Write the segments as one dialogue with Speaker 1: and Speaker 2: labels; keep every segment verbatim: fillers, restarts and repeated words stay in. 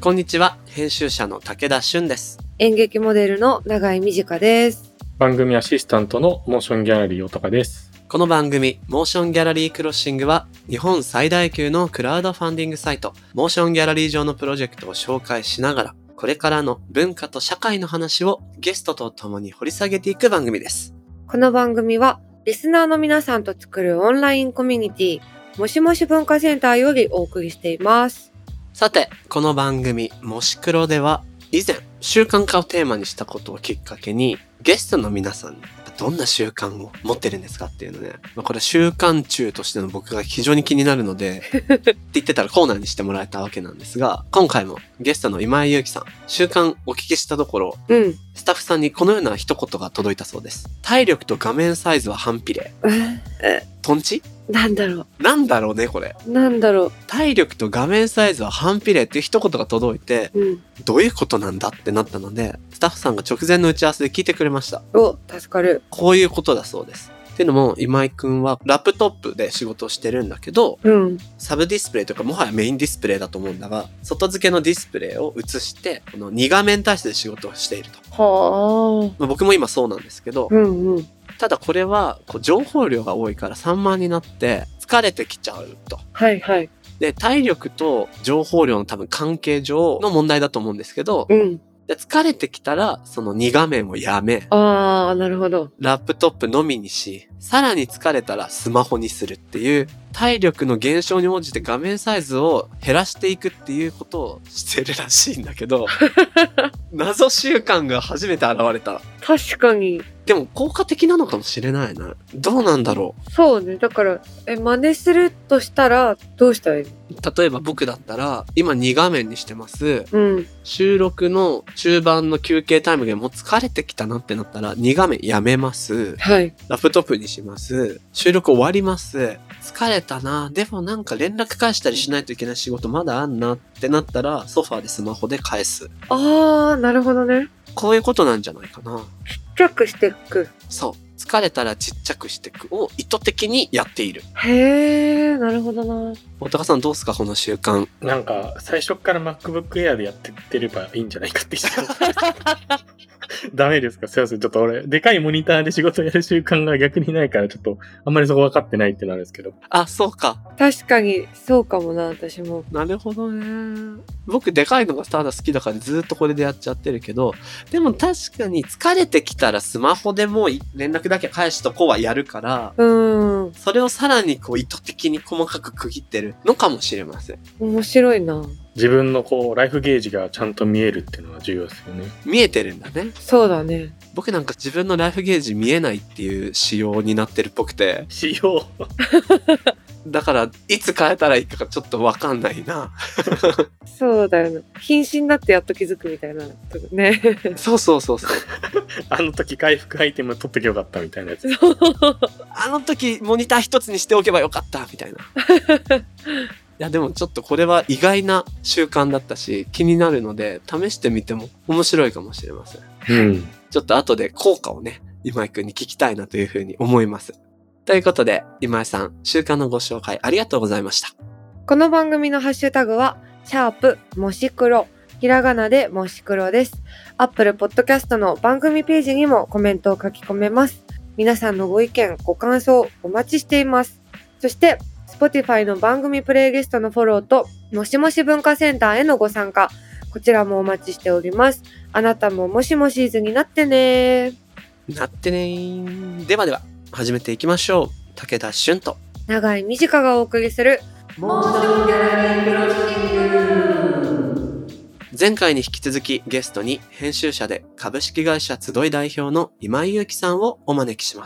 Speaker 1: こんにちは、編集者の武田俊です。
Speaker 2: 演劇モデルの永井美智香です。
Speaker 3: 番組アシスタントのモーションギャラリーおたかです。
Speaker 1: この番組モーションギャラリークロッシングは日本最大級のクラウドファンディングサイトモーションギャラリー上のプロジェクトを紹介しながら、これからの文化と社会の話をゲストと共に掘り下げていく番組です。
Speaker 2: この番組はリスナーの皆さんと作るオンラインコミュニティもしもし文化センターよりお送りしています。
Speaker 1: さて、この番組もし黒では以前習慣化をテーマにしたことをきっかけにゲストの皆さんにどんな習慣を持ってるんですかっていうのね、まあ、これ習慣中としての僕が非常に気になるのでって言ってたらコーナーにしてもらえたわけなんですが、今回もゲストの今井祐希さん、習慣お聞きしたところ、
Speaker 2: うん、
Speaker 1: スタッフさんにこのような一言が届いたそうです。体力と画面サイズは反比例。トンチ？
Speaker 2: なんだろ
Speaker 1: うなんだろうねこれ。
Speaker 2: なんだろう
Speaker 1: 体力と画面サイズは反比例っていう一言が届いて、うん、どういうことなんだってなったので、スタッフさんが直前の打ち合わせで聞いてくれました。
Speaker 2: お、助かる。
Speaker 1: こういうことだそうです。っていうのも、今井くんはラップトップで仕事をしてるんだけど、うん、サブディスプレイとかもはやメインディスプレイだと思うんだが、外付けのディスプレイを映して、このに画面体質で仕事をしていると。
Speaker 2: はあ。
Speaker 1: まあ、僕も今そうなんですけど、うんうん、ただこれはこう情報量が多いから散漫になって疲れてきちゃうと。
Speaker 2: はいはい。
Speaker 1: で、体力と情報量の多分関係上の問題だと思うんですけど、うん、で疲れてきたらそのに画面をやめ、
Speaker 2: ああ、なるほど。
Speaker 1: ラップトップのみにし、さらに疲れたらスマホにするっていう体力の減少に応じて画面サイズを減らしていくっていうことをしてるらしいんだけど謎習慣が初めて現れた。
Speaker 2: 確かに。
Speaker 1: でも効果的なのかもしれないな。どうなんだろ
Speaker 2: う。そうね。だからえ真似するとしたらどうしたらいい
Speaker 1: の？例えば僕だったら今に画面にしてます、うん、収録の中盤の休憩タイムでもう疲れてきたなってなったらに画面やめます、
Speaker 2: はい、
Speaker 1: ラップトップにします、収録終わります、疲れたな、でもなんか連絡返したりしないといけない仕事まだあんなってなったらソファーでスマホで返す。
Speaker 2: あー、なるほどね。
Speaker 1: こういうことなんじゃないかな。
Speaker 2: ちっちゃくしていく。
Speaker 1: そう。疲れたらちっちゃくしていくを意図的にやっている。
Speaker 2: へー、なるほどな。
Speaker 1: 大高さんどうすかこの習慣。
Speaker 3: なんか最初から MacBook Air でやってってればいいんじゃないかって言ってダメですか？すいません。ちょっと俺、でかいモニターで仕事やる習慣が逆にないから、ちょっとあんまりそこ分かってないってなるんですけど。
Speaker 1: あ、そうか。
Speaker 2: 確かに、そうかもな、私も。
Speaker 1: なるほどね。僕、でかいのがただ好きだからずっとこれでやっちゃってるけど、でも確かに疲れてきたらスマホでもう連絡だけ返しとこうはやるから、うん。それをさらにこう意図的に細かく区切ってるのかもしれません。
Speaker 2: 面白いな。
Speaker 3: 自分のこうライフゲージがちゃんと見えるっていうのは重要ですよね。
Speaker 1: 見えてるんだね。
Speaker 2: そうだね。
Speaker 1: 僕なんか自分のライフゲージ見えないっていう仕様になってるっぽくて。
Speaker 3: 仕様
Speaker 1: だからいつ変えたらいいかちょっとわかんないな。
Speaker 2: そうだよね。瀕死になってやっと気づくみたいなね。
Speaker 1: そうそうそうそう。
Speaker 3: あの時回復アイテム取ってきゃよかったみたいなやつ。
Speaker 1: あの時モニター一つにしておけばよかったみたいな。いやでもちょっとこれは意外な習慣だったし気になるので試してみても面白いかもしれません。うん。ちょっと後で効果をね、今井くんに聞きたいなというふうに思います。ということで今井さん、習慣のご紹介ありがとうございました。
Speaker 2: この番組のハッシュタグはシャープもし黒、ひらがなでもし黒です。Apple Podcast の番組ページにもコメントを書き込めます。皆さんのご意見、ご感想お待ちしています。そしてSpotify の番組プレイリストのフォローと、もしもし文化センターへのご参加、こちらもお待ちしております。あなたももしもしーずになってね
Speaker 1: なってねではでは、始めていきましょう。武田俊と
Speaker 2: 永井美智香がお送りするモーションギャラリークロッシング。
Speaker 1: 前回に引き続きゲストに編集者で株式会社集い代表の今井祐希さんをお招きします。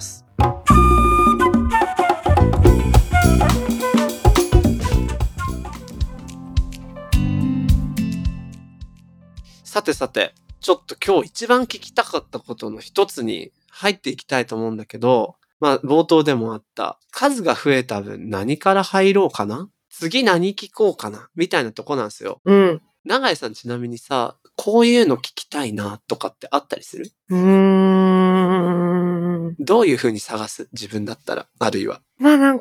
Speaker 1: さてさて、ちょっと今日一番聞きたかったことの一つに入っていきたいと思うんだけど、まあ冒頭でもあった数が増えた分何から入ろうかな？次何聞こうかな？みたいなとこなんですよ。うん。永井さんちなみにさ、こういうの聞きたいなとかってあったりする？うーん。どういう風に探す？自分だったら、あるいは。
Speaker 2: まあなんか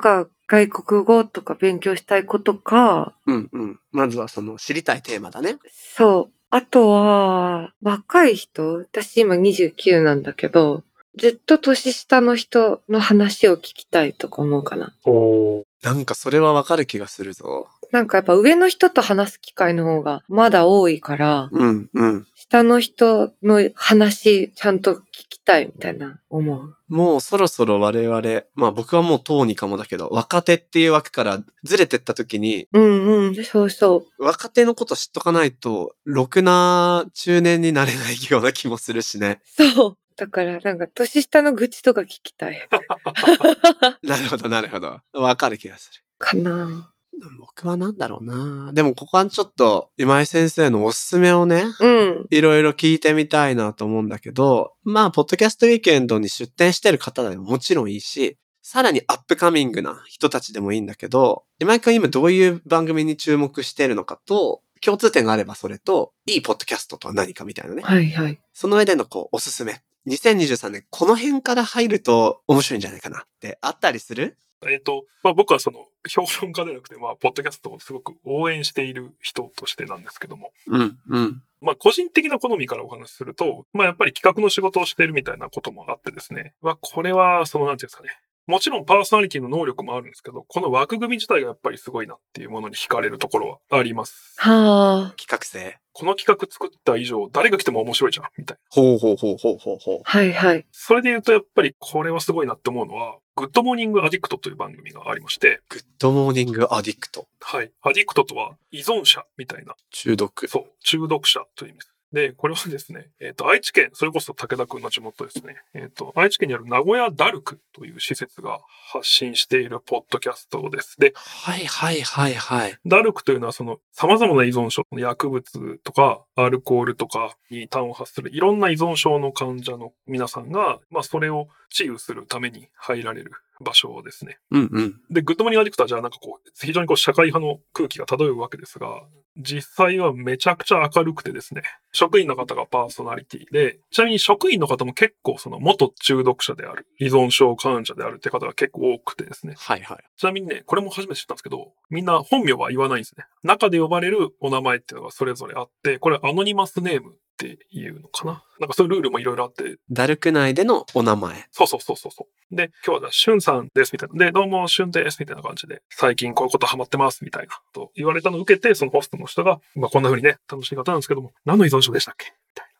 Speaker 2: 外国語とか勉強したいことか、
Speaker 1: うんうん。まずはその知りたいテーマだね。
Speaker 2: そう。あとは、若い人、私今にじゅうきゅうなんだけど、ずっと年下の人の話を聞きたいとか思うかな。
Speaker 3: おー。
Speaker 1: なんかそれはわかる気がするぞ。
Speaker 2: なんかやっぱ上の人と話す機会の方がまだ多いから、
Speaker 1: うんうん。
Speaker 2: 下の人の話ちゃんと聞きたいみたいな思う。
Speaker 1: もうそろそろ我々、まあ僕はもう当にかもだけど、若手っていう枠からずれてった時に、
Speaker 2: うんうん、そうそう。
Speaker 1: 若手のこと知っとかないと、ろくな中年になれないような気もするしね。
Speaker 2: そう。だからなんか年下の愚痴とか聞きたい。
Speaker 1: なるほどなるほど。わかる気がする。
Speaker 2: かな。
Speaker 1: 僕はなんだろうな。でもここはちょっと今井先生のおすすめをね、
Speaker 2: うん。
Speaker 1: いろいろ聞いてみたいなと思うんだけど、まあ、ポッドキャストウィークエンドに出展してる方でももちろんいいし、さらにアップカミングな人たちでもいいんだけど、今井くん今どういう番組に注目してるのかと、共通点があればそれと、いいポッドキャストとは何かみたいなね。
Speaker 2: はいはい。
Speaker 1: その上でのこう、おすすめ。にせんにじゅうさんねん、この辺から入ると面白いんじゃないかなってあったりする？
Speaker 4: えっと、まあ僕はその評論家ではなくて、まあ、ポッドキャストをすごく応援している人としてなんですけども、
Speaker 1: うん、うん。
Speaker 4: まあ個人的な好みからお話しすると、まあやっぱり企画の仕事をしているみたいなこともあってですね、まあこれはそのなんていうんですかね、もちろんパーソナリティの能力もあるんですけど、この枠組み自体がやっぱりすごいなっていうものに惹かれるところはあります。
Speaker 2: はあ。
Speaker 1: 企画性。
Speaker 4: この企画作った以上、誰が来ても面白いじゃん、みたいな。
Speaker 1: ほうほうほうほうほうほう。
Speaker 2: はいはい。
Speaker 4: それで言うとやっぱりこれはすごいなって思うのは、グッドモーニングアディクトという番組がありまして、
Speaker 1: グッドモーニングアディクト。
Speaker 4: はい。アディクトとは依存者みたいな。
Speaker 1: 中毒。
Speaker 4: そう。中毒者という意味です。で、これはですね、えっと、愛知県、それこそ武田くんの地元ですね。えっと、愛知県にある名古屋ダルクという施設が発信しているポッドキャストです。で、
Speaker 1: はいはいはいはい。
Speaker 4: ダルクというのはその様々な依存症、薬物とかアルコールとかに端を発するいろんな依存症の患者の皆さんが、まあそれを治癒するために入られる場所ですね。
Speaker 1: うんうん。
Speaker 4: で、グッドモーニングアディクトはじゃあなんかこう、非常にこう社会派の空気が漂うわけですが、実際はめちゃくちゃ明るくてですね、職員の方がパーソナリティで、ちなみに職員の方も結構その元中毒者である、依存症患者であるって方が結構多くてですね。
Speaker 1: はいはい。
Speaker 4: ちなみにね、これも初めて知ったんですけど、みんな本名は言わないんですね。中で呼ばれるお名前っていうのがそれぞれあって、これアノニマスネームっていうのかな。なんかそういうルールもいろいろあって。
Speaker 1: ダルク内でのお名前。
Speaker 4: そうそうそうそうそう。で、今日はじゃあ、しゅんさんですみたいな。で、どうも、しゅんですみたいな感じで、最近こういうことハマってますみたいなと言われたのを受けて、そのホストの人が、まあこんな風にね、楽しい方なんですけども、何の依存症でしたっけみたいな。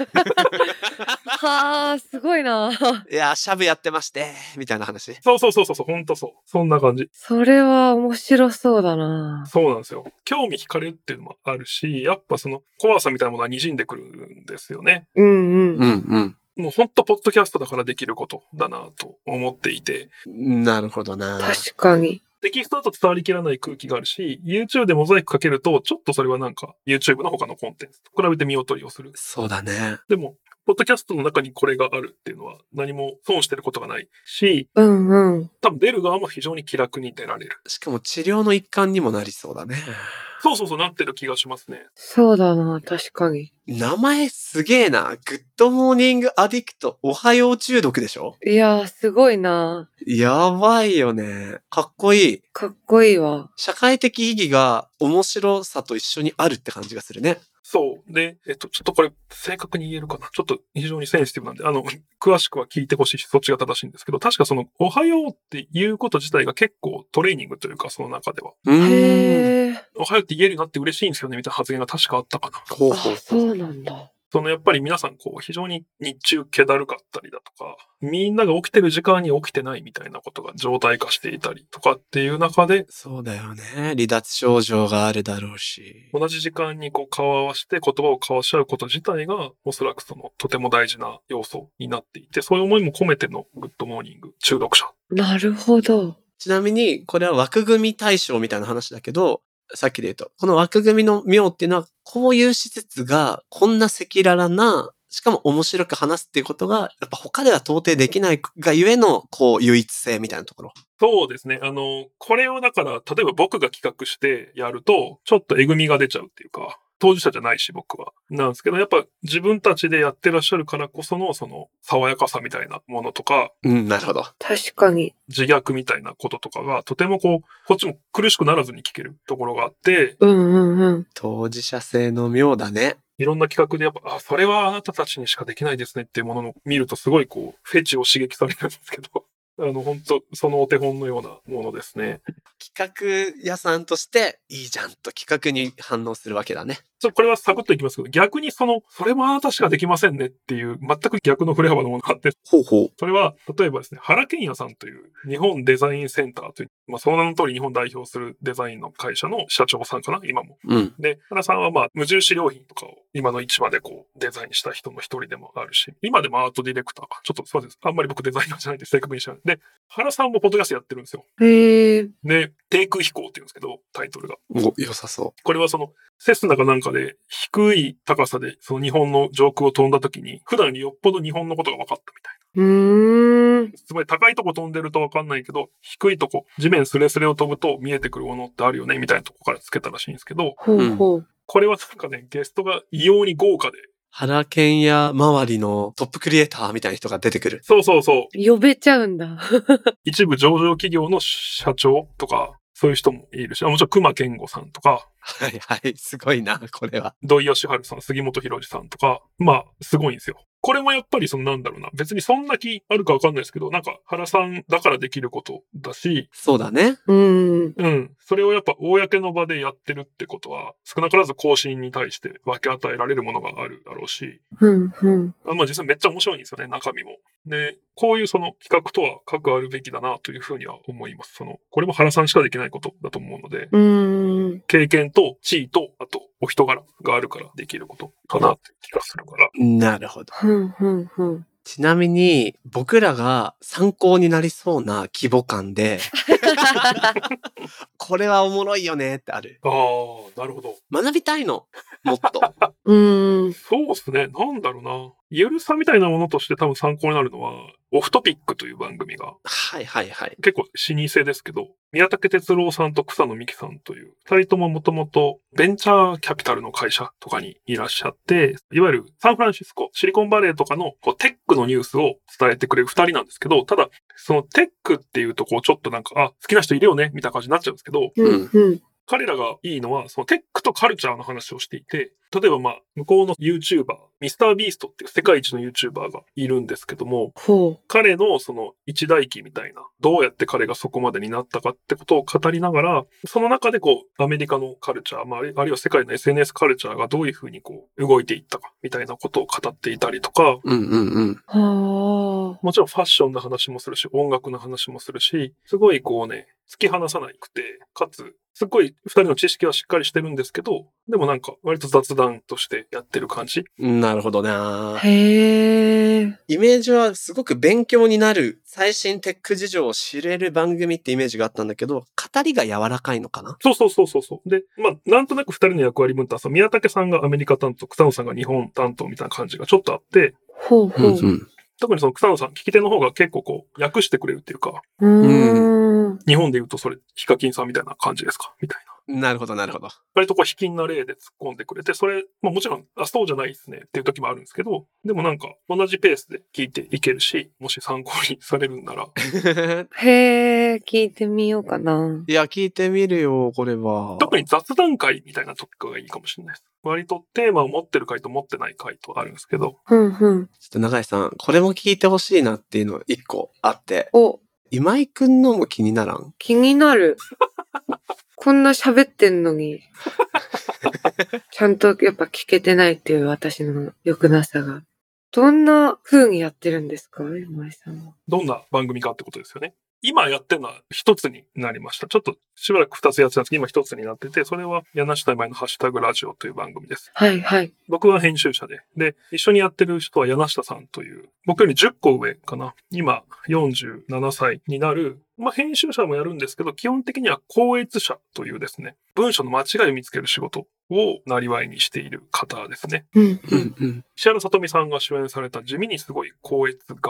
Speaker 2: はあ、すごいな。
Speaker 1: いやー、シャブやってまして、みたいな話。
Speaker 4: そうそうそうそう、ほんとそう。そんな感じ。
Speaker 2: それは面白そうだな。
Speaker 4: そうなんですよ。興味惹かれるっていうのもあるし、やっぱその怖さみたいなものは滲んでくるんですよね。
Speaker 2: うんうん。
Speaker 1: うんうん。
Speaker 4: もうほんとポッドキャストだからできることだなと思っていて。
Speaker 1: なるほどな。
Speaker 2: 確かに。
Speaker 4: テキストだと伝わりきらない空気があるし、YouTube でモザイクかけると、ちょっとそれはなんか YouTube の他のコンテンツと比べて見劣りをする。
Speaker 1: そうだね。
Speaker 4: でも、ポッドキャストの中にこれがあるっていうのは何も損してることがないし、
Speaker 2: うんうん。
Speaker 4: 多分出る側も非常に気楽に出られる。
Speaker 1: しかも治療の一環にもなりそうだね。
Speaker 4: そうそうそうなってる気がしますね。
Speaker 2: そうだな、確かに。
Speaker 1: 名前すげえな。グッドモーニングアディクト、おはよう中毒でしょ？
Speaker 2: いやー、すごいな。
Speaker 1: やばいよね。かっこいい。
Speaker 2: かっこいいわ。
Speaker 1: 社会的意義が面白さと一緒にあるって感じがするね。
Speaker 4: そう。で、えっと、ちょっとこれ正確に言えるかな。ちょっと非常にセンシティブなんで、あの、詳しくは聞いてほしいし、そっちが正しいんですけど、確かその、おはようっていうこと自体が結構トレーニングというか、その中では。
Speaker 1: うーん。
Speaker 2: へー。
Speaker 4: おはようって言えるようになって嬉しいんですよね、みたいな発言が確かあったかな。
Speaker 2: あ、
Speaker 1: ほうほうほう。
Speaker 2: そうなんだ。
Speaker 4: そのやっぱり皆さんこう非常に日中気だるかったりだとか、みんなが起きてる時間に起きてないみたいなことが常態化していたりとかっていう中で、
Speaker 1: そうだよね。離脱症状があるだろうし。
Speaker 4: 同じ時間にこう顔を合わせて言葉を交わし合うこと自体がおそらくそのとても大事な要素になっていて、そういう思いも込めてのグッドモーニング中毒者。
Speaker 2: なるほど。
Speaker 1: ちなみに、これは枠組み対象みたいな話だけど、さっきで言うと、この枠組みの妙っていうのは、こういう施設がこんな赤裸々な、しかも面白く話すっていうことが、やっぱ他では到底できないがゆえの、こう、唯一性みたいなところ。
Speaker 4: そうですね。あの、これをだから、例えば僕が企画してやると、ちょっとえぐみが出ちゃうっていうか、 当事者じゃないし僕は。なんですけど、やっぱ自分たちでやってらっしゃるからこそのその爽やかさみたいなものとか、
Speaker 1: うん、なるほど。
Speaker 2: 確かに。
Speaker 4: 自虐みたいなこととかがとてもこう、こっちも苦しくならずに聞けるところがあって、
Speaker 2: うんうんうん。
Speaker 1: 当事者性の妙だね。
Speaker 4: いろんな企画でやっぱ、あ、それはあなたたちにしかできないですねっていうものを見るとすごいこう、フェチを刺激されるんですけど、あの、本当そのお手本のようなものですね。
Speaker 1: 企画屋さんとしていいじゃんと企画に反応するわけだね。
Speaker 4: ちょこれはサクッといきますけど、逆にその、それもあなたしかできませんねっていう、全く逆の振れ幅のものがあって、
Speaker 1: ほうほう。
Speaker 4: それは、例えばですね、原健也さんという日本デザインセンターという、まあ、その名の通り日本代表するデザインの会社の社長さんかな、今も。
Speaker 1: うん。
Speaker 4: で、原さんはまあ、無印良品とかを今の市場でこう、デザインした人の一人でもあるし、今でもアートディレクターか。ちょっとすいません。あんまり僕デザイナーじゃないんで正確に知らない。で、原さんもポッドキャストやってるんですよ。
Speaker 2: へえ。
Speaker 4: で、低空飛行って言うんですけど、タイトルが。
Speaker 1: お、良さそ
Speaker 4: これはその、セスナかなんかで低い高さでその日本の上空を飛んだ時に、普段よりよっぽど日本のことが分かったみたいな。
Speaker 2: うーん。
Speaker 4: つまり高いとこ飛んでると分かんないけど、低いとこ、地面スレスレを飛ぶと見えてくるものってあるよね、みたいなとこからつけたらしいんですけど、
Speaker 2: ほうほう。
Speaker 4: これはなんかね、ゲストが異様に豪華で、
Speaker 1: う。原健也周りのトップクリエイターみたいな人が出てくる。
Speaker 4: そうそうそう、
Speaker 2: 呼べちゃうんだ。
Speaker 4: 一部上場企業の社長とか、そういう人もいるし、あもちろん熊健吾さんとか、
Speaker 1: はいはい、すごいな、これは。
Speaker 4: 土井善晴さん、杉本博司さんとか、まあ、すごいんですよ。これもやっぱりそのなんだろうな、別にそんな気あるかわかんないですけど、なんか原さんだからできることだし、
Speaker 1: そうだね。
Speaker 2: うーん。
Speaker 4: うん。それをやっぱ公の場でやってるってことは、少なからず後進に対して分け与えられるものがあるだろうし、
Speaker 2: うんうん。
Speaker 4: あまあ実際めっちゃ面白いんですよね、中身も。で、こういうその企画とは関わるべきだなというふうには思います。その、これも原さんしかできないことだと思うので、
Speaker 2: うーん。
Speaker 4: 経験と地位と、あとお人柄があるからできることかなって気がするから。
Speaker 1: なるほど。
Speaker 2: ふんふんふん。
Speaker 1: ちなみに、僕らが参考になりそうな規模感で、これはおもろいよねってある。
Speaker 4: ああ、なるほど。
Speaker 1: 学びたいの。もっと。
Speaker 2: うーん。
Speaker 4: そうですね。なんだろうな。ゆるさみたいなものとして多分参考になるのは、オフトピックという番組が
Speaker 1: はいはいはい。
Speaker 4: 結構老舗ですけど、宮武哲郎さんと草野美希さんという、二人とももともとベンチャーキャピタルの会社とかにいらっしゃって、いわゆるサンフランシスコ、シリコンバレーとかのこうテックのニュースを伝えてくれる二人なんですけど、ただ、そのテックっていうとこうちょっとなんか、あ、好きな人いるよねみたいな感じになっちゃうんですけど、
Speaker 2: うんうん。
Speaker 4: 彼らがいいのは、そのテックとカルチャーの話をしていて、例えばまあ、向こうの YouTuber、ミスタービーストっていう世界一の YouTuber がいるんですけども、
Speaker 2: ほ
Speaker 4: 彼のその一代記みたいな、どうやって彼がそこまでになったかってことを語りながら、その中でこう、アメリカのカルチャー、まあ、あるいは世界の エスエヌエス カルチャーがどういうふうにこう、動いていったか、みたいなことを語っていたりとか、
Speaker 1: うんうんうん。
Speaker 2: う。はあ。
Speaker 4: もちろんファッションの話もするし、音楽の話もするし、すごいこうね、突き放さなくて、かつ、すっごい二人の知識はしっかりしてるんですけど、でもなんか割と雑談としてやってる感じ。
Speaker 1: なるほどな。
Speaker 2: へえ。
Speaker 1: イメージはすごく勉強になる、最新テック事情を知れる番組ってイメージがあったんだけど、語りが柔らかいのかな。
Speaker 4: そうそうそうそうそう。で、まあ、なんとなく二人の役割分担さ、宮武さんがアメリカ担当、草野さんが日本担当みたいな感じがちょっとあって、
Speaker 2: ほうほう。
Speaker 1: ん。
Speaker 4: 特にその草野さん、聞き手の方が結構こう、訳してくれるっていうか、
Speaker 2: うーん。
Speaker 4: 日本で言うとそれ、ヒカキンさんみたいな感じですかみたいな。
Speaker 1: なるほどなるほど。
Speaker 4: 割とこう、卑近な例で突っ込んでくれて、それ、まあもちろん、あ、そうじゃないですねっていう時もあるんですけど、でもなんか、同じペースで聞いていけるし、もし参考にされるんなら、
Speaker 2: へえ、聞いてみようかな。
Speaker 1: いや、聞いてみるよ、これは。
Speaker 4: 特に雑談会みたいな時がいいかもしれないです。割とテーマを持ってる回と持ってない回とあるんですけど、
Speaker 2: ふんふん。
Speaker 1: ちょっと永井さん、これも聞いてほしいなっていうの一個あって、
Speaker 2: お、
Speaker 1: 今井くんのも気にならん？
Speaker 2: 気になる。こんな喋ってんのに、ちゃんとやっぱ聞けてないっていう私の良くなさが。どんな風にやってるんですか、今井さんは。
Speaker 4: どんな番組かってことですよね。今やってるのは一つになりました。ちょっとしばらく二つやってたんですけど、今一つになってて、それは柳下今井のハッシュタグラジオという番組です。
Speaker 2: はいはい。
Speaker 4: 僕は編集者で、で、一緒にやってる人は柳下さんという、僕よりじゅっこ上かな。今よんじゅうななさいになる、まあ編集者もやるんですけど、基本的には校閲者というですね、文章の間違いを見つける仕事をなりわいにしている方ですね。
Speaker 2: うん
Speaker 1: うんうん。
Speaker 4: 石原さとみさんが主演された地味にすごい校閲ガール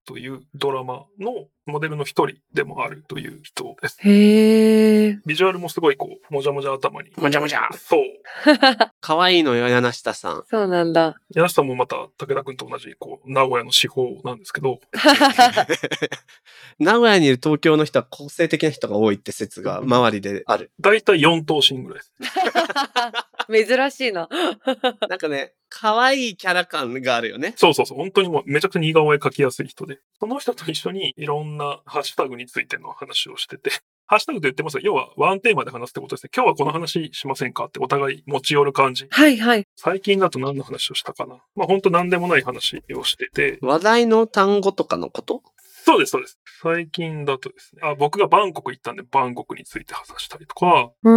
Speaker 4: というドラマのモデルの一人でもあるという人です。
Speaker 2: へー。
Speaker 4: ビジュアルもすごいこう、もじゃもじゃ頭に。
Speaker 1: もじゃもじゃ。
Speaker 4: そう。
Speaker 1: 可愛いのよ、柳下さん。
Speaker 2: そうなんだ。
Speaker 4: 柳下さんもまた武田くんと同じ、こう、名古屋の司法なんですけど。
Speaker 1: 名古屋にいる東京の人は個性的な人が多いって説が周りである。
Speaker 4: だいたいよん頭身ぐらいです。
Speaker 2: 珍しいな。
Speaker 1: なんかね、可愛いキャラ感があるよね。
Speaker 4: そうそうそう。本当にもうめちゃくちゃ似顔絵描きやすい人で。その人と一緒にいろんなハッシュタグについての話をしてて。ハッシュタグと言ってますが、要はワンテーマで話すってことですね。今日はこの話しませんかってお互い持ち寄る感じ。
Speaker 2: はいはい。
Speaker 4: 最近だと何の話をしたかな。まあ本当何でもない話をしてて。
Speaker 1: 話題の単語とかのこと？
Speaker 4: そうです、そうです。最近だとですね。あ、僕がバンコク行ったんで、バンコクについて話したりとか。
Speaker 2: うん。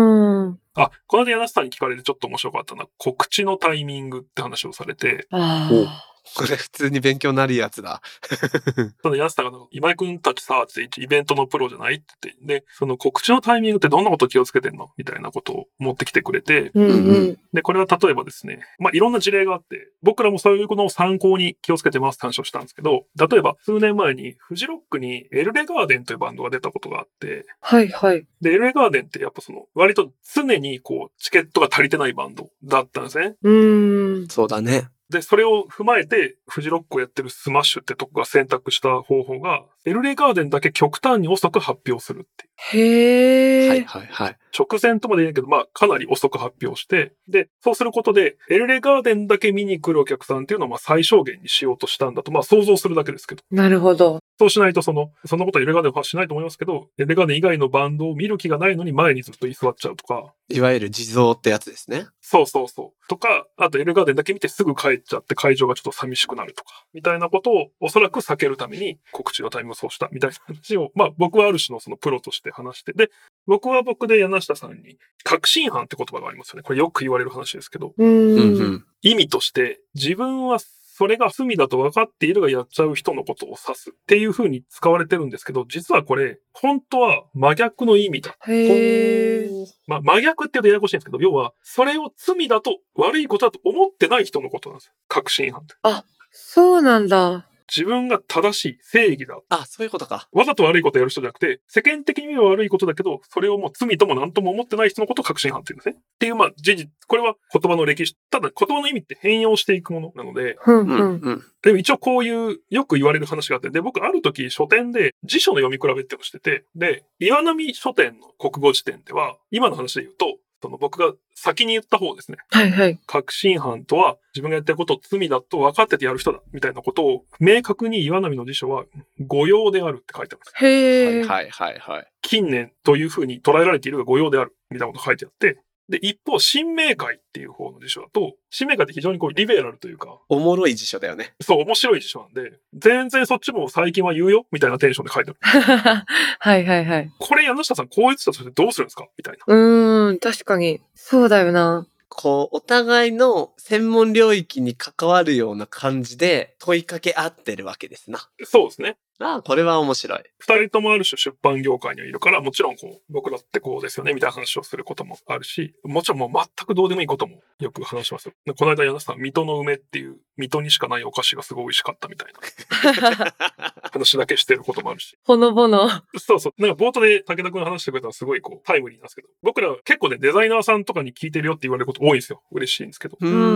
Speaker 4: あ、この間柳瀬さんに聞かれてちょっと面白かったのは、告知のタイミングって話をされて。
Speaker 2: ああ。
Speaker 1: これ普通に勉強になるやつだ。
Speaker 4: その安田が、今井くんたちさ、ってイベントのプロじゃないって言って、で、その告知のタイミングってどんなこと気をつけてんのみたいなことを持ってきてくれて、
Speaker 2: うんうん、
Speaker 4: で、これは例えばですね、まあ、いろんな事例があって、僕らもそういうことを参考に気をつけてますって話をしたんですけど、例えば数年前にフジロックにエルレガーデンというバンドが出たことがあって、
Speaker 2: はいはい。
Speaker 4: で、エルレガーデンってやっぱその、割と常にこう、チケットが足りてないバンドだったんですね。
Speaker 2: うーん。
Speaker 1: そうだね。
Speaker 4: で、それを踏まえて、フジロックをやってるスマッシュってとこが選択した方法が、エルレガーデンだけ極端に遅く発表するっていう。
Speaker 2: へー。
Speaker 1: はいはいはい。
Speaker 4: 直前とまで言うけど、まあ、かなり遅く発表して、で、そうすることで、エルレガーデンだけ見に来るお客さんっていうのをまあ最小限にしようとしたんだと、まあ想像するだけですけど。
Speaker 2: なるほど。
Speaker 4: そうしないと、その、そんなことはエルレガーデンはしないと思いますけど、エルレガーデン以外のバンドを見る気がないのに前にずっと居座っちゃうとか。
Speaker 1: いわゆる地蔵ってやつですね。
Speaker 4: そうそうそう。とか、あとエルレガーデンだけ見てすぐ帰っちゃって会場がちょっと寂しくなるとか、みたいなことをおそらく避けるために告知のタイミングをそうしたみたいな話を、まあ僕はある種のそのプロとして話して、で、僕は僕で柳下さんに、確信犯って言葉がありますよね。これよく言われる話ですけど、
Speaker 2: うーん
Speaker 1: うんうん、
Speaker 4: 意味として自分はそれが罪だと分かっているがやっちゃう人のことを指すっていう風に使われてるんですけど、実はこれ、本当は真逆の意味だ。
Speaker 2: へー。
Speaker 4: まあ真逆って言うとややこしいんですけど、要は、それを罪だと悪いことだと思ってない人のことなんですよ。確信犯って。
Speaker 2: あ、そうなんだ。
Speaker 4: 自分が正しい、正義だ。
Speaker 1: あ、そういうことか。
Speaker 4: わざと悪いことやる人じゃなくて、世間的に見れば悪いことだけど、それをもう罪とも何とも思ってない人のことを確信犯って言うんですね。っていう、まあ、事実、これは言葉の歴史。ただ、言葉の意味って変容していくものなので、
Speaker 2: うん
Speaker 1: うん
Speaker 2: うん。
Speaker 1: うん。
Speaker 4: でも一応こういう、よく言われる話があって、で、僕ある時書店で辞書の読み比べっていうのをしてて、で、岩波書店の国語辞典では、今の話で言うと、その僕が先に言った方ですね。
Speaker 2: はいはい。
Speaker 4: 確信犯とは自分がやってることを罪だと分かっててやる人だみたいなことを明確に岩波の辞書は誤用であるって書いてあるんです。
Speaker 2: へー。
Speaker 1: はいはいはいはい。
Speaker 4: 近年というふうに捉えられているが誤用であるみたいなこと書いてあって、で、一方、新明解っていう方の辞書だと、新明解って非常にこうリベラルというか、
Speaker 1: おもろい辞書だよね。
Speaker 4: そう、面白い辞書なんで、全然そっちも最近は言うよみたいなテンションで書いてある。
Speaker 2: はいはいはい。
Speaker 4: これ、柳下さん、こう言ってたとしてどうするんですかみたいな。
Speaker 2: うーん、確かに。そうだよな。
Speaker 1: こう、お互いの専門領域に関わるような感じで問いかけ合ってるわけですな。
Speaker 4: そうですね。
Speaker 1: ああ、これは面白い。
Speaker 4: 二人ともある種出版業界にはいるから、もちろんこう、僕だってこうですよね、みたいな話をすることもあるし、もちろんもう全くどうでもいいこともよく話しますよ。この間、柳下さん、水戸の梅っていう、水戸にしかないお菓子がすごい美味しかったみたいな話だけしてることもあるし。
Speaker 2: ほのぼの。
Speaker 4: そうそう。なんか冒頭で武田くんが話してくれたのはすごいこう、タイムリーなんですけど、僕ら結構ね、デザイナーさんとかに聞いてるよって言われること多いんですよ。嬉しいんですけど。
Speaker 1: うんうん。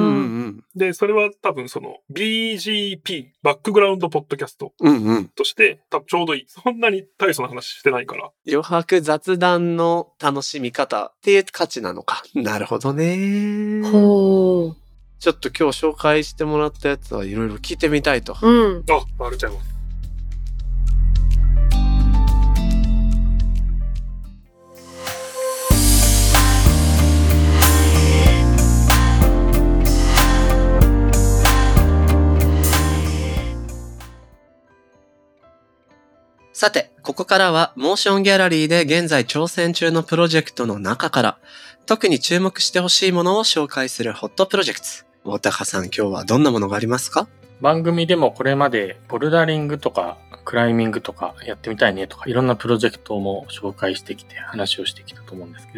Speaker 4: で、それは多分その ビージーピー、バックグラウンドポッドキャスト
Speaker 1: うんうん。
Speaker 4: として、多分ちょうどいい。そんなに大層な話してないから。
Speaker 1: 余白雑談の楽しみ方っていう価値なのか。なるほどね。
Speaker 2: ほー。
Speaker 1: ちょっと今日紹介してもらったやつはいろいろ聞いてみたいと。
Speaker 2: うん。
Speaker 4: あ、あれちゃいます。
Speaker 1: さて、ここからはモーションギャラリーで現在挑戦中のプロジェクトの中から、特に注目してほしいものを紹介するホットプロジェクト。大高さん、今日はどんなものがありますか？
Speaker 3: 番組でもこれまでボルダリングとかクライミングとかやってみたいねとかいろんなプロジェクトも紹介してきて話をしてきたと思うんですけど、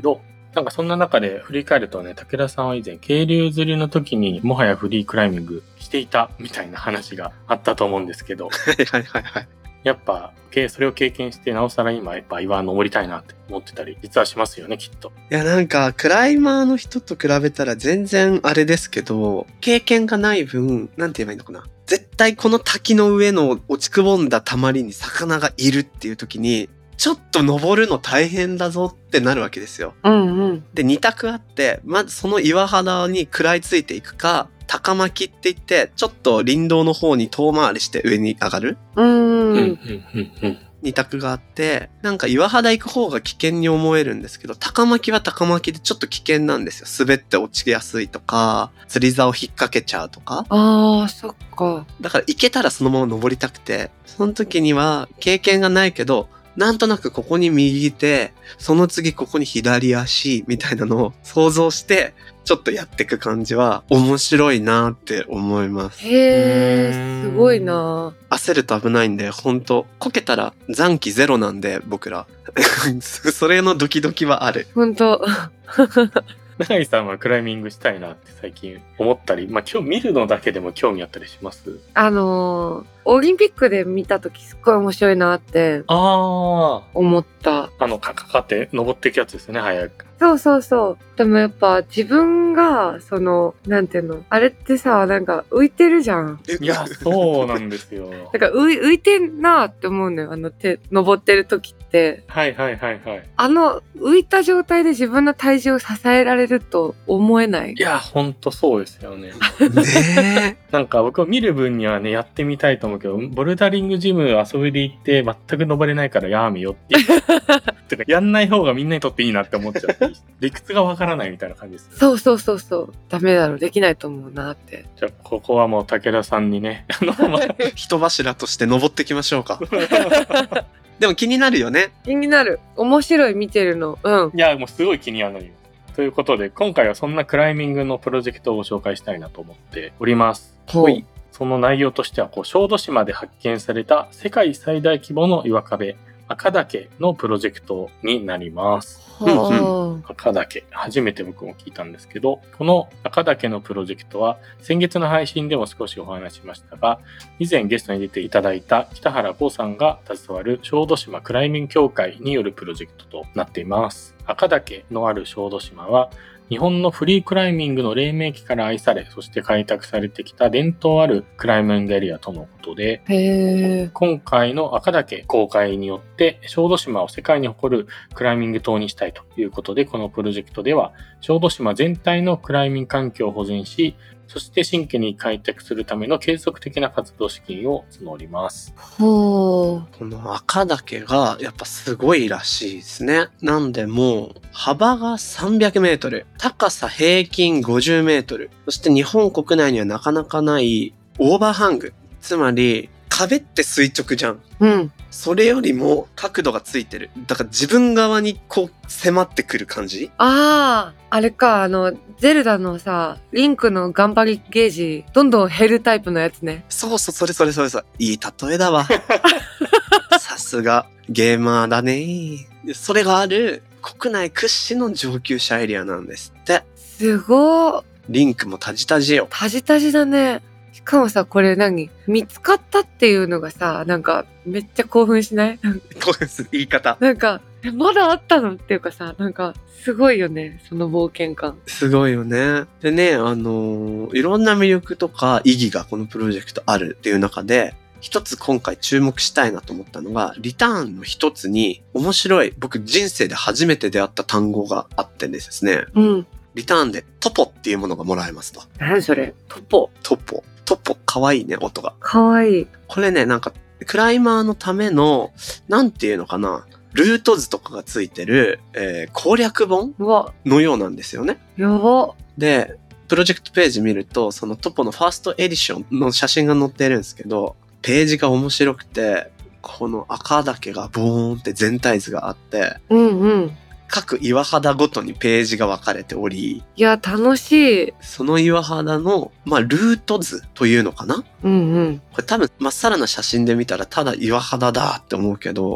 Speaker 3: なんかそんな中で振り返るとね、武田さんは以前、渓流釣りの時にもはやフリークライミングしていたみたいな話があったと思うんですけど、
Speaker 1: はいはいはいはい。
Speaker 3: やっぱ、それを経験して、なおさら今、やっぱ岩登りたいなって思ってたり、実はしますよね、きっと。
Speaker 1: いやなんか、クライマーの人と比べたら全然あれですけど、経験がない分、なんて言えばいいのかな。絶対この滝の上の落ちくぼんだたまりに魚がいるっていう時に、ちょっと登るの大変だぞってなるわけですよ。
Speaker 2: うんうん。
Speaker 1: で、二択あって、まずその岩肌に食らいついていくか、高巻って言って、ちょっと林道の方に遠回りして上に上がる。
Speaker 2: うんうん。
Speaker 3: うんうんうん。
Speaker 1: 二択があって、なんか岩肌行く方が危険に思えるんですけど、高巻は高巻でちょっと危険なんですよ。滑って落ちやすいとか、釣り竿引っ掛けちゃうとか。
Speaker 2: ああ、そっか。
Speaker 1: だから行けたらそのまま登りたくて、その時には経験がないけど、なんとなくここに右手、その次ここに左足みたいなのを想像して、ちょっとやっていく感じは面白いなって思います。
Speaker 2: へえ、すごいな。
Speaker 1: 焦ると危ないんで、ほんと、こけたら残機ゼロなんで、僕ら。それのドキドキはある。
Speaker 2: ほんと。
Speaker 3: 永井さんはクライミングしたいなって最近思ったり、まあ今日見るのだけでも興味あったりします？
Speaker 2: あのー、オリンピックで見たときすっごい面白いなって
Speaker 3: あ
Speaker 2: 思った。
Speaker 3: あ、あの、かかかって登っていくやつですよね、早く。
Speaker 2: そうそうそう。でもやっぱ自分が、その、なんていうの、あれってさ、なんか浮いてるじゃん。
Speaker 3: いや、そうなんですよ。
Speaker 2: だから浮い浮いてんなって思うのよ。あの手、登ってる時って。
Speaker 3: はいはいはいはい。
Speaker 2: あの浮いた状態で自分の体重を支えられると思えない？
Speaker 3: いや、ほんとそうですよね。
Speaker 1: ねえ。
Speaker 3: なんか僕は見る分にはね、やってみたいと思うけど、ボルダリングジム遊びで行って全く登れないからやめよっていう。てか、やんない方がみんなにとっていいなって思っちゃって、理屈がわからないみたいな感じです、ね。
Speaker 2: そうそうそうそう。ダメだろ、できないと思うなって。
Speaker 3: じゃあ、ここはもう武田さんにね、あの、まあ、
Speaker 1: 人柱として登ってきましょうか。でも気になるよね。
Speaker 2: 気になる。面白い、見てるの。うん。
Speaker 3: いや、もうすごい気にはなります。ということで、今回はそんなクライミングのプロジェクトをご紹介したいなと思っております。
Speaker 2: ほう。
Speaker 3: その内容としては、こう小豆島で発見された世界最大規模の岩壁、赤岳のプロジェクトになります。
Speaker 2: はあ。
Speaker 3: 赤岳、初めて僕も聞いたんですけど、この赤岳のプロジェクトは先月の配信でも少しお話ししましたが、以前ゲストに出ていただいた北原剛さんが携わる小豆島クライミング協会によるプロジェクトとなっています。赤岳のある小豆島は、日本のフリークライミングの黎明期から愛され、そして開拓されてきた伝統あるクライミングエリアとのことで、
Speaker 2: へー。
Speaker 3: 今回の赤岳公開によって小豆島を世界に誇るクライミング島にしたいということで、このプロジェクトでは小豆島全体のクライミング環境を保全し、そして新規に開拓するための継続的な活動資金を募ります。
Speaker 2: ほう。
Speaker 1: この赤岳がやっぱすごいらしいですね。なんでもう幅がさんびゃくメートル、高さ平均ごじゅうメートル、そして日本国内にはなかなかないオーバーハング。つまり壁って垂直じゃん。
Speaker 2: うん。
Speaker 1: それよりも角度がついてる。だから自分側にこう迫ってくる感じ？
Speaker 2: ああ、あれか、あの、ゼルダのさ、リンクの頑張りゲージ、どんどん減るタイプのやつね。
Speaker 1: そうそう、それそれそれそれ。いい例えだわ。さすが、ゲーマーだね。それがある国内屈指の上級者エリアなんですって。
Speaker 2: すごー。
Speaker 1: リンクもタジタジよ。
Speaker 2: タジタジだね。しかもさ、これ何見つかったっていうのがさ、なんか、めっちゃ興奮しない？
Speaker 1: 興奮する言い方。
Speaker 2: なんか、えまだあったのっていうかさ、なんか、すごいよね、その冒険感。
Speaker 1: すごいよね。でね、あのーいろんな魅力とか意義がこのプロジェクトあるっていう中で、一つ今回注目したいなと思ったのが、リターンの一つに面白い、僕人生で初めて出会った単語があってですね、
Speaker 2: うん。
Speaker 1: リターンでトポっていうものがもらえますと。
Speaker 2: 何それ？トポ。
Speaker 1: トポ。トポ、かわいいね、音が。
Speaker 2: かわいい。
Speaker 1: これね、なんか、クライマーのための、なんていうのかな、ルート図とかがついてる、えー攻略本
Speaker 2: うわ、
Speaker 1: のようなんですよね。
Speaker 2: やば。
Speaker 1: で、プロジェクトページ見ると、そのトポのファーストエディションの写真が載ってるんですけど、ページが面白くて、この赤岳がボーンって全体図があって、
Speaker 2: うんうん。
Speaker 1: 各岩肌ごとにページが分かれており、
Speaker 2: いや、楽しい。
Speaker 1: その岩肌の、まあ、ルート図というのかな？
Speaker 2: うんうん。
Speaker 1: これ多分、まっさらな写真で見たらただ岩肌だって思うけど、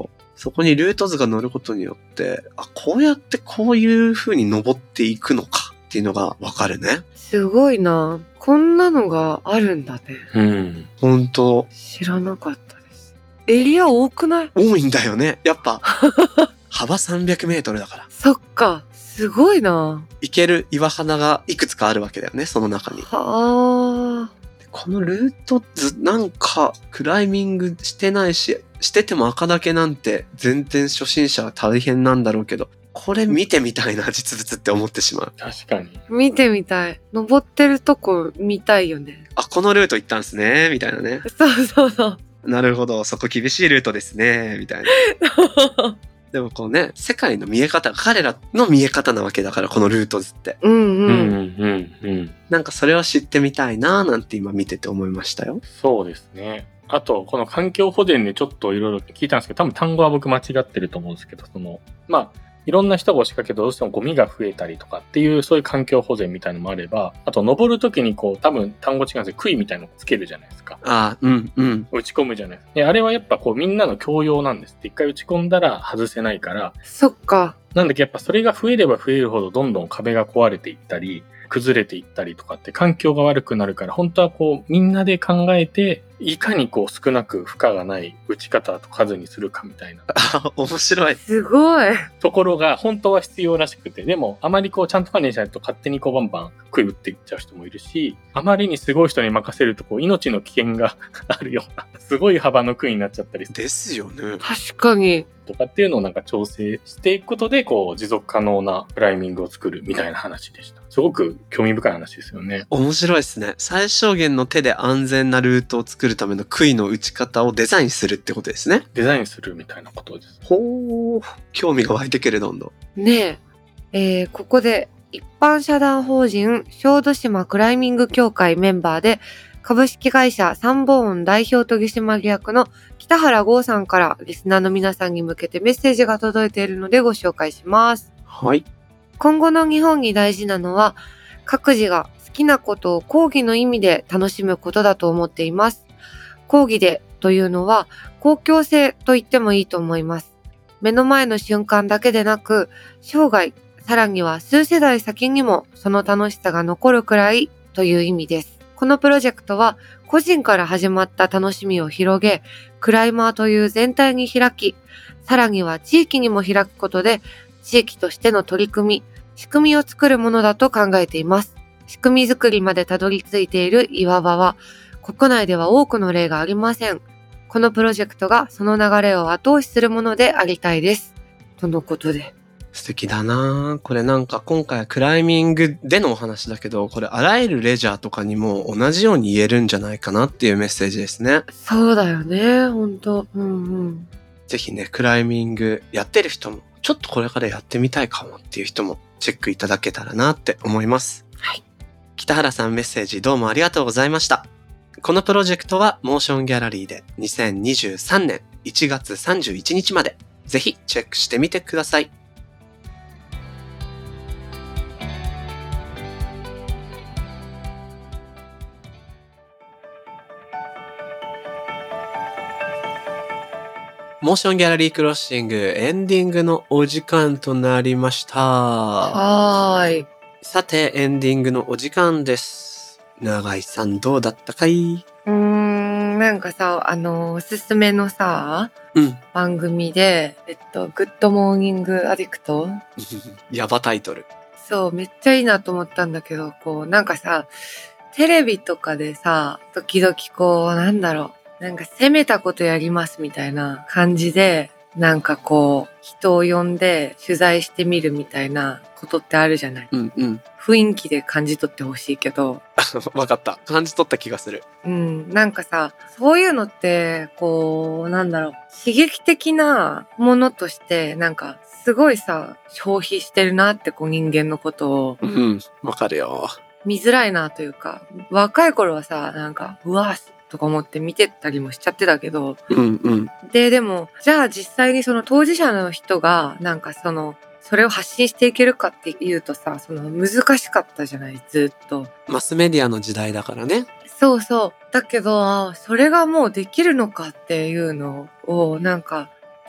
Speaker 1: そこにルート図が載ることによって、あ、こうやってこういう風に登っていくのかっていうのがわかるね。
Speaker 2: すごいな。こんなのがあるんだね。
Speaker 3: うん。
Speaker 1: ほんと。
Speaker 2: 知らなかったです。エリア多くない？
Speaker 1: 多いんだよね。やっぱ、幅さんびゃくメートルだから。
Speaker 2: そっか。すごいな。
Speaker 1: 行ける岩肌がいくつかあるわけだよね、その中に。
Speaker 2: はあ。
Speaker 1: このルート図、なんか、クライミングしてないし、してても赤岳なんて全然初心者は大変なんだろうけど、これ見てみたいな、実物って思ってしまう。
Speaker 3: 確かに。
Speaker 2: 見てみたい。登ってるとこ見たいよね。
Speaker 1: あ、このルート行ったんすね、みたいなね。
Speaker 2: そうそうそう。
Speaker 1: なるほど、そこ厳しいルートですね、みたいな。でもこうね、世界の見え方、彼らの見え方なわけだから、このルート図って。
Speaker 2: うんう。
Speaker 3: うんんうんうん。
Speaker 1: なんかそれを知ってみたいなーなんて今見てて思いましたよ。
Speaker 3: そうですね。あと、この環境保全でちょっといろいろ聞いたんですけど、多分単語は僕間違ってると思うんですけど、その、まあ、いろんな人が押しかけてどうしてもゴミが増えたりとかっていう、そういう環境保全みたいなのもあれば、あと、登るときにこう、多分単語違うんですけど、杭みたいなのをつけるじゃないですか。
Speaker 1: ああ、うんうん。
Speaker 3: 打ち込むじゃないですか。で、あれはやっぱこう、みんなの共用なんですって。一回打ち込んだら外せないから、
Speaker 2: そっか。
Speaker 3: なんだけどやっぱそれが増えれば増えるほどどんどん壁が壊れていったり、崩れていったりとかって環境が悪くなるから、本当はこうみんなで考えて、いかにこう少なく負荷がない打ち方と数にするかみたいな
Speaker 1: あ、面白い。
Speaker 2: すごい。
Speaker 3: ところが本当は必要らしくて、でもあまりこうちゃんと管理しないと勝手にこうバンバン杭打っていっちゃう人もいるし、あまりにすごい人に任せるとこう命の危険があるような、すごい幅の杭になっちゃったりする
Speaker 1: ですよね。
Speaker 2: 確かに。
Speaker 3: とかっていうのをなんか調整していくことで、こう持続可能なクライミングを作るみたいな話でした。すごく興味深い話ですよね。
Speaker 1: 面白いですね。最小限の手で安全なルートを作るための杭の打ち方をデザインするってことですね。
Speaker 3: デザインするみたいなことです。
Speaker 1: ほー。興味が湧いてくる、どんどん。
Speaker 2: ねえ。えー、ここで一般社団法人小豆島クライミング協会メンバーで株式会社サンボーン代表取締役の北原剛さんからリスナーの皆さんに向けてメッセージが届いているのでご紹介します。
Speaker 1: はい。
Speaker 2: 今後の日本に大事なのは、各自が好きなことを講義の意味で楽しむことだと思っています。講義でというのは公共性と言ってもいいと思います。目の前の瞬間だけでなく、生涯、さらには数世代先にもその楽しさが残るくらいという意味です。このプロジェクトは個人から始まった楽しみを広げ、クライマーという全体に開き、さらには地域にも開くことで、地域としての取り組み、仕組みを作るものだと考えています。仕組み作りまでたどり着いている岩場は、国内では多くの例がありません。このプロジェクトがその流れを後押しするものでありたいです。とのことで。
Speaker 1: 素敵だなぁ。これなんか今回はクライミングでのお話だけど、これあらゆるレジャーとかにも同じように言えるんじゃないかなっていうメッセージですね。
Speaker 2: そうだよね、ほんと。うんうん。
Speaker 1: ぜひね、クライミングやってる人も、ちょっとこれからやってみたいかもっていう人もチェックいただけたらなって思います。
Speaker 2: はい。
Speaker 1: 北原さんメッセージどうもありがとうございました。このプロジェクトはモーションギャラリーでにせんにじゅうさんねんいちがつさんじゅういちにちまでぜひチェックしてみてください。モーションギャラリークロッシングエンディングのお時間となりました。
Speaker 2: はーい。
Speaker 1: さて、エンディングのお時間です。永井さんどうだったかい？
Speaker 2: うーん、なんかさ、あの、おすすめのさ、
Speaker 1: うん。
Speaker 2: 番組で、えっと、グッドモーニングアディクト？
Speaker 1: ヤバタイトル。
Speaker 2: そう、めっちゃいいなと思ったんだけど、こう、なんかさ、テレビとかでさ、時々こう、なんだろう、なんか攻めたことやりますみたいな感じで、なんかこう、人を呼んで取材してみるみたいなことってあるじゃない。
Speaker 1: うんうん。
Speaker 2: 雰囲気で感じ取ってほしいけど。
Speaker 1: わかった。感じ取った気がする。
Speaker 2: うん、なんかさ、そういうのって、こう、なんだろう、刺激的なものとして、なんか、すごいさ、消費してるなって、こう人間のことを。
Speaker 1: うん、わかるよ。
Speaker 2: 見づらいなというか、若い頃はさ、なんか、うわーとか思って見てたりもしちゃってたけど、
Speaker 1: うんうん。
Speaker 2: で、でも、じゃあ実際にその当事者の人が、なんかその、それを発信していけるかっていうとさ、その難しかったじゃない、ずっと。
Speaker 1: マスメディアの時代だからね。
Speaker 2: そうそう。だけど、それがもうできるのかっていうのを、なんか、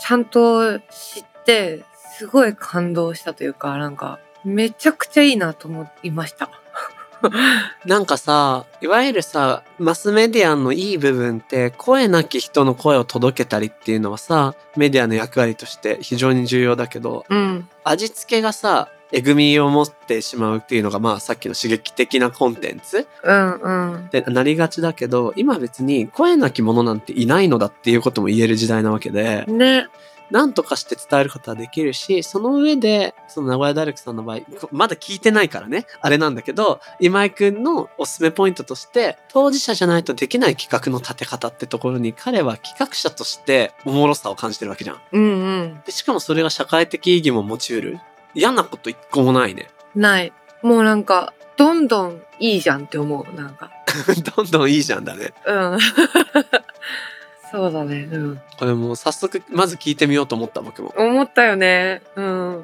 Speaker 2: ちゃんと知ってすごい感動したというか、なんかめちゃくちゃいいなと思いました。
Speaker 1: なんかさ、いわゆるさ、マスメディアのいい部分って声なき人の声を届けたりっていうのはさ、メディアの役割として非常に重要だけど、
Speaker 2: うん。
Speaker 1: 味付けがさ、えぐみを持ってしまうっていうのがまあさっきの刺激的なコンテンツ
Speaker 2: うんうん。
Speaker 1: ってなりがちだけど、今別に声なき者なんていないのだっていうことも言える時代なわけで、
Speaker 2: ね。
Speaker 1: なんとかして伝えることはできるし、その上で、その名古屋ダルクさんの場合、まだ聞いてないからね、あれなんだけど、今井くんのおすすめポイントとして、当事者じゃないとできない企画の立て方ってところに、彼は企画者としておもろさを感じてるわけじゃん。
Speaker 2: うんうん。
Speaker 1: でしかもそれが社会的意義も持ち得る。嫌なこと一個もないね。
Speaker 2: ない。もうなんか、どんどんいいじゃんって思う。なんか。
Speaker 1: どんどんいいじゃんだね。
Speaker 2: うん。そうだね。うん。
Speaker 1: これもう早速、まず聞いてみようと思った僕も。
Speaker 2: 思ったよね。うん。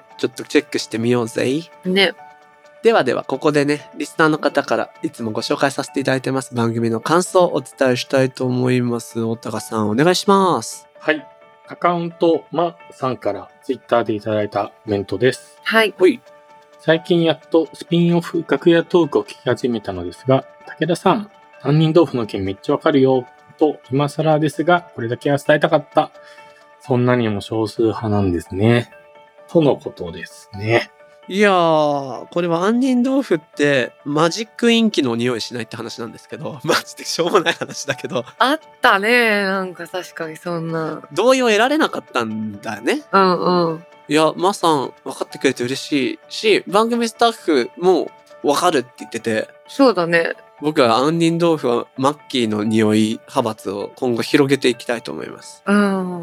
Speaker 1: ちょっとチェックしてみようぜ。
Speaker 2: ね。
Speaker 1: ではでは、ここでね、リスナーの方からいつもご紹介させていただいてます番組の感想をお伝えしたいと思います。大高さん、お願いします。
Speaker 3: はい。アカウント、まさんからツイッターでいただいたコメントです。
Speaker 2: はい。
Speaker 1: ほい。
Speaker 3: 最近やっとスピンオフ楽屋トークを聞き始めたのですが、武田さん、杏仁豆腐の件めっちゃわかるよ、と今更ですが、これだけは伝えたかった。そんなにも少数派なんですね。とのことですね。
Speaker 1: いやー、これは杏仁豆腐ってマジックインキの匂いしないって話なんですけど、マジでしょうもない話だけど、
Speaker 2: あったね。なんか確かにそんな。
Speaker 1: 同意を得られなかったんだよね。
Speaker 2: うんうん。
Speaker 1: いや、まさん分かってくれて嬉しいし、番組スタッフも分かるって言ってて、
Speaker 2: そうだね。
Speaker 1: 僕は杏仁豆腐はマッキーの匂い派閥を今後広げていきたいと思います。
Speaker 2: うん。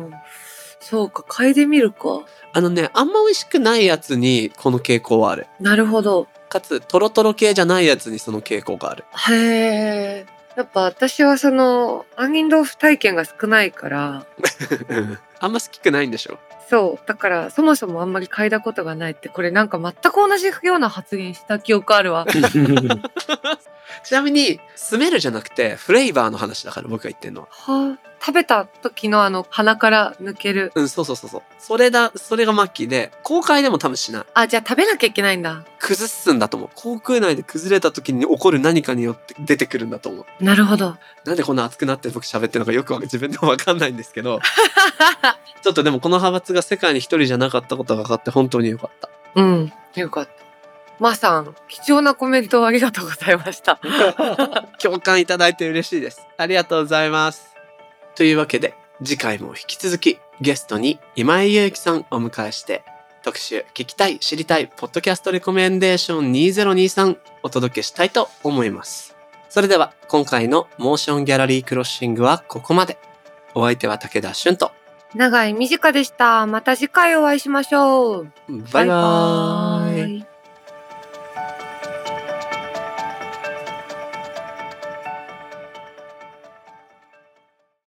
Speaker 2: そうか、嗅いでみるか。
Speaker 1: あのね、あんま美味しくないやつにこの傾向はある。
Speaker 2: なるほど。
Speaker 1: かつ、トロトロ系じゃないやつにその傾向がある。
Speaker 2: へえ。やっぱ私はその、杏仁豆腐体験が少ないから、
Speaker 1: あんま好きくないんでしょ。
Speaker 2: そう。だから、そもそもあんまり嗅いだことがないって、これなんか全く同じような発言した記憶あるわ。
Speaker 1: ちなみに、スメルじゃなくて、フレーバーの話だから僕が言ってんのは。
Speaker 2: はあ、食べた時のあの、鼻から抜ける。
Speaker 1: うん、そうそうそうそう。それだ、それがマッキーで、公開でも多分しない。
Speaker 2: あ、じゃあ食べなきゃいけないんだ。
Speaker 1: 崩すんだと思う。口腔内で崩れた時に起こる何かによって出てくるんだと思う。
Speaker 2: なるほど。
Speaker 1: なんでこんな熱くなって僕喋ってるのかよくわか自分でもわかんないんですけど、ちょっとでもこの派閥が世界に一人じゃなかったことが分かって本当によかった。
Speaker 2: うん。よかった。まさん、貴重なコメントをありがとうございました。
Speaker 1: 共感いただいて嬉しいです。ありがとうございます。というわけで、次回も引き続きゲストに今井祐希さんをお迎えして、特集聞きたい知りたいポッドキャストレコメンデーションにせんにじゅうさんお届けしたいと思います。それでは今回のモーションギャラリークロッシングはここまで。お相手は武田俊と
Speaker 2: 長井美智香でした。また次回お会いしましょう。
Speaker 1: バイバーイ。